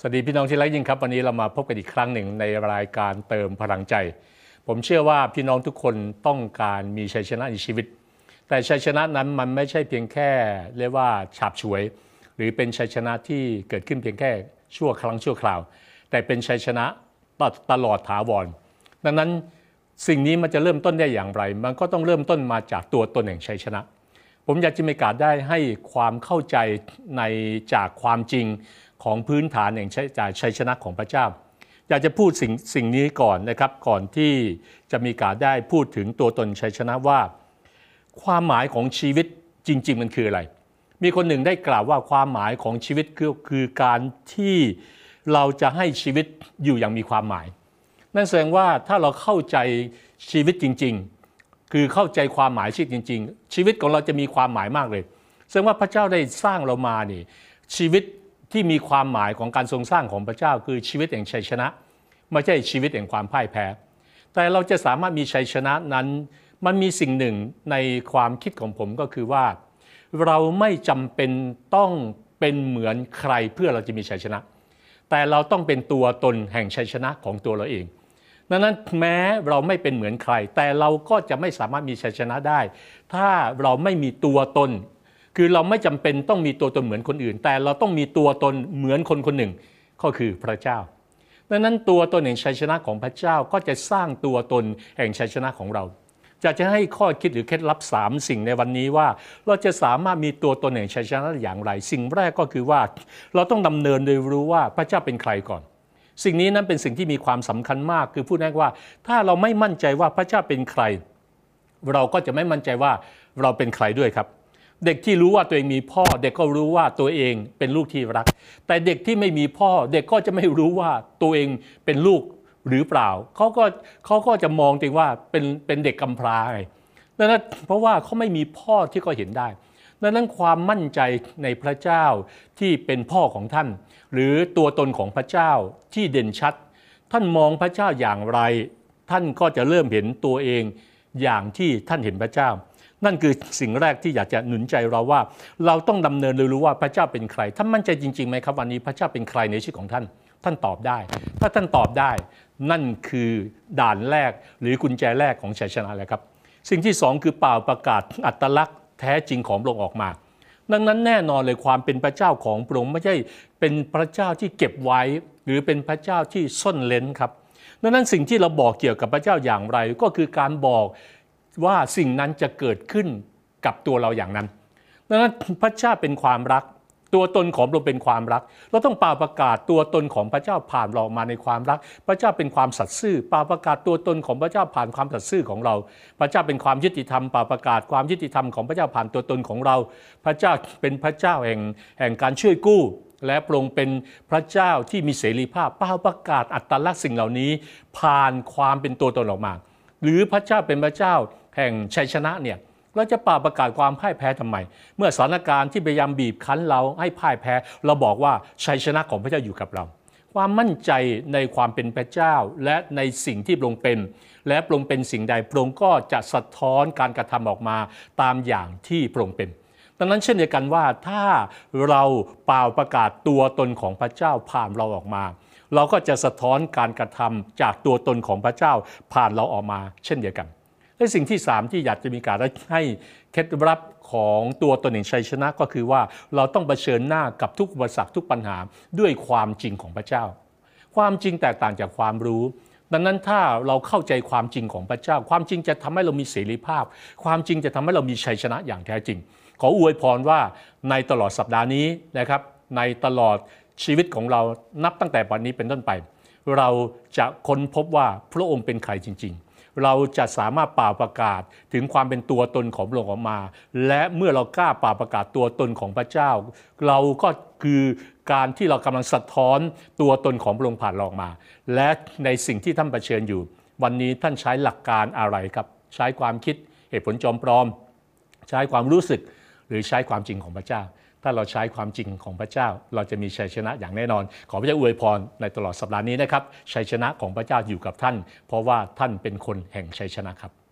วัสดีพี่น้องที่รักยิ่งครับวันนี้เรามาพบกันอีกครั้งหนึ่งในรายการเติมพลังใจผมเชื่อว่าพี่น้องทุกคนต้องการมีชัยชนะในชีวิตแต่ชัยชนะนั้นมันไม่ใช่เพียงแค่เรียกว่าฉาบฉวยหรือเป็นชัยชนะที่เกิดขึ้นเพียงแค่ชั่วครั้งชั่วคราวแต่เป็นชัยชนะตลอดถาวรดังนั้นสิ่งนี้มันจะเริ่มต้นได้อย่างไรมันก็ต้องเริ่มต้นมาจากตัวตนแห่งชัยชนะผมอยากจะมีโอกาสได้ให้ความเข้าใจในจากความจริงของพื้นฐานแห่งชัยชนะของพระเจ้าอยากจะพูดสิ่งนี้ก่อนนะครับก่อนที่จะมีโอกาสได้พูดถึงตัวตนชัยชนะว่าความหมายของชีวิตจริงๆมันคืออะไรมีคนหนึ่งได้กล่าวว่าความหมายของชีวิตคือการที่เราจะให้ชีวิตอยู่อย่างมีความหมายนั่นแสดงว่าถ้าเราเข้าใจชีวิตจริงๆคือเข้าใจความหมายชีวิตจริงๆชีวิตของเราจะมีความหมายมากเลยแสดงว่าพระเจ้าได้สร้างเรามานี่ชีวิตที่มีความหมายของการทรงสร้างของพระเจ้าคือชีวิตแห่งชัยชนะไม่ใช่ชีวิตแห่งความพ่ายแพ้แต่เราจะสามารถมีชัยชนะนั้นมันมีสิ่งหนึ่งในความคิดของผมก็คือว่าเราไม่จำเป็นต้องเป็นเหมือนใครเพื่อเราจะมีชัยชนะแต่เราต้องเป็นตัวตนแห่งชัยชนะของตัวเราเองดังนั้นแม้เราไม่เป็นเหมือนใครแต่เราก็จะไม่สามารถมีชัยชนะได้ถ้าเราไม่มีตัวตนคือเราไม่จำเป็นต้องมีตัวตนเหมือนคนอื่นแต่เราต้องมีตัวตนเหมือนคนคนหนึ่งก็คือพระเจ้าดังนั้นตัวตนแห่งชัยชนะของพระเจ้าก็จะสร้างตัวตนแห่งชัยชนะของเราจะให้ข้อคิดหรือเคล็ดลับ3สิ่งในวันนี้ว่าเราจะสามารถมีตัวตนแห่งชัยชนะอย่างไรสิ่งแรกก็คือว่าเราต้องดำเนินโดยรู้ว่าพระเจ้าเป็นใครก่อนสิ่งนี้นั้นเป็นสิ่งที่มีความสำคัญมากคือพูดง่ายว่าถ้าเราไม่มั่นใจว่าพระเจ้าเป็นใครเราก็จะไม่มั่นใจว่าเราเป็นใครด้วยครับเด็กที่รู้ว่าตัวเองมีพ่อเด็กก็รู้ว่าตัวเองเป็นลูกที่รักแต่เด็กที่ไม่มีพ่อเด็กก็จะไม่รู้ว่าตัวเองเป็นลูกหรือเปล่าเขาก็จะมองตัวเองว่าเป็นเด็กกำพร้าไงดังนั้นเพราะว่าเขาไม่มีพ่อที่เขาเห็นได้ดังนั้นความมั่นใจในพระเจ้าที่เป็นพ่อของท่านหรือตัวตนของพระเจ้าที่เด่นชัดท่านมองพระเจ้าอย่างไรท่านก็จะเริ่มเห็นตัวเองอย่างที่ท่านเห็นพระเจ้านั่นคือสิ่งแรกที่อยากจะหนุนใจเราว่าเราต้องดำเนินรู้ว่าพระเจ้าเป็นใครท่านมั่นใจจริงๆไหมครับวันนี้พระเจ้าเป็นใครในชีวิตของท่านตอบได้ถ้าท่านตอบได้นั่นคือด่านแรกหรือกุญแจแรกของชัยชนะเลยครับสิ่งที่2คือเป่าประกาศอัตลักษณ์แท้จริงของพระองค์ออกมาดังนั้นแน่นอนเลยความเป็นพระเจ้าของพระองค์ไม่ใช่เป็นพระเจ้าที่เก็บไว้หรือเป็นพระเจ้าที่ซ่อนเร้นครับดังนั้นสิ่งที่เราบอกเกี่ยวกับพระเจ้าอย่างไรก็คือการบอกว่าสิ่งนั้นจะเกิดขึ้นกับตัวเราอย่างนั้นดังนั้นพระเจ้าเป็นความรักตัวตนของเราเป็นความรักเราต้องป่าประกาศตัวตนของพระเจ้าผ่านเรามาในความรักพระเจ้าเป็นความสัตย์ซื่อป่าประกาศตัวตนของพระเจ้าผ่านความสัตย์ซื่อของเราพระเจ้าเป็นความยุติธรรมป่าประกาศความยุติธรรมของพระเจ้าผ่านตัวตนของเราพระเจ้าเป็นพระเจ้าแห่งการช่วยกู้และพระองค์เป็นพระเจ้าที่มีเสรีภาพป่าประกาศอัตลักษณ์สิ่งเหล่านี้ผ่านความเป็นตัวตนออกมาหรือพระเจ้าเป็นพระเจ้าแห่งชัยชนะเนี่ยเราจะป่าประกาศความพ่ายแพ้ทำไมเมื่อสถานการณ์ที่พยายามบีบคั้นเราให้พ่ายแพ้เราบอกว่าชัยชนะของพระเจ้าอยู่กับเราความมั่นใจในความเป็นพระเจ้าและในสิ่งที่พระองค์เป็นและพระองค์เป็นสิ่งใดพระองค์ก็จะสะท้อนการกระทำออกมาตามอย่างที่พระองค์เป็นดังนั้นเช่นเดียวกันว่าถ้าเราป่าประกาศตัวตนของพระเจ้าผ่านเราออกมาเราก็จะสะท้อนการกระทำจากตัวตนของพระเจ้าผ่านเราออกมาเช่นเดียวกันและสิ่งที่3ที่อยากจะมีการให้เคล็ดลับของตัวตนแห่งชัยชนะก็คือว่าเราต้องเผชิญหน้ากับทุกอุปสรรคทุกปัญหาด้วยความจริงของพระเจ้าความจริงแตกต่างจากความรู้ดังนั้นถ้าเราเข้าใจความจริงของพระเจ้าความจริงจะทำให้เรามีเสรีภาพความจริงจะทำให้เรามีชัยชนะอย่างแท้จริงขออวยพรว่าในตลอดสัปดาห์นี้นะครับในตลอดชีวิตของเรานับตั้งแต่วันนี้เป็นต้นไปเราจะค้นพบว่าพระองค์เป็นใครจริงๆเราจะสามารถป่าประกาศถึงความเป็นตัวตนของพระองค์ออกมาและเมื่อเรากล้าป่าประกาศตัวตนของพระเจ้าเราก็คือการที่เรากำลังสะท้อนตัวตนของพระองค์ผ่านเราออกมาและในสิ่งที่ท่านเผชิญอยู่วันนี้ท่านใช้หลักการอะไรครับใช้ความคิดเหตุผลจอมปลอมใช้ความรู้สึกหรือใช้ความจริงของพระเจ้าถ้าเราใช้ความจริงของพระเจ้าเราจะมีชัยชนะอย่างแน่นอนขอพระเจ้าอวยพรในตลอดสัปดาห์นี้นะครับชัยชนะของพระเจ้าอยู่กับท่านเพราะว่าท่านเป็นคนแห่งชัยชนะครับ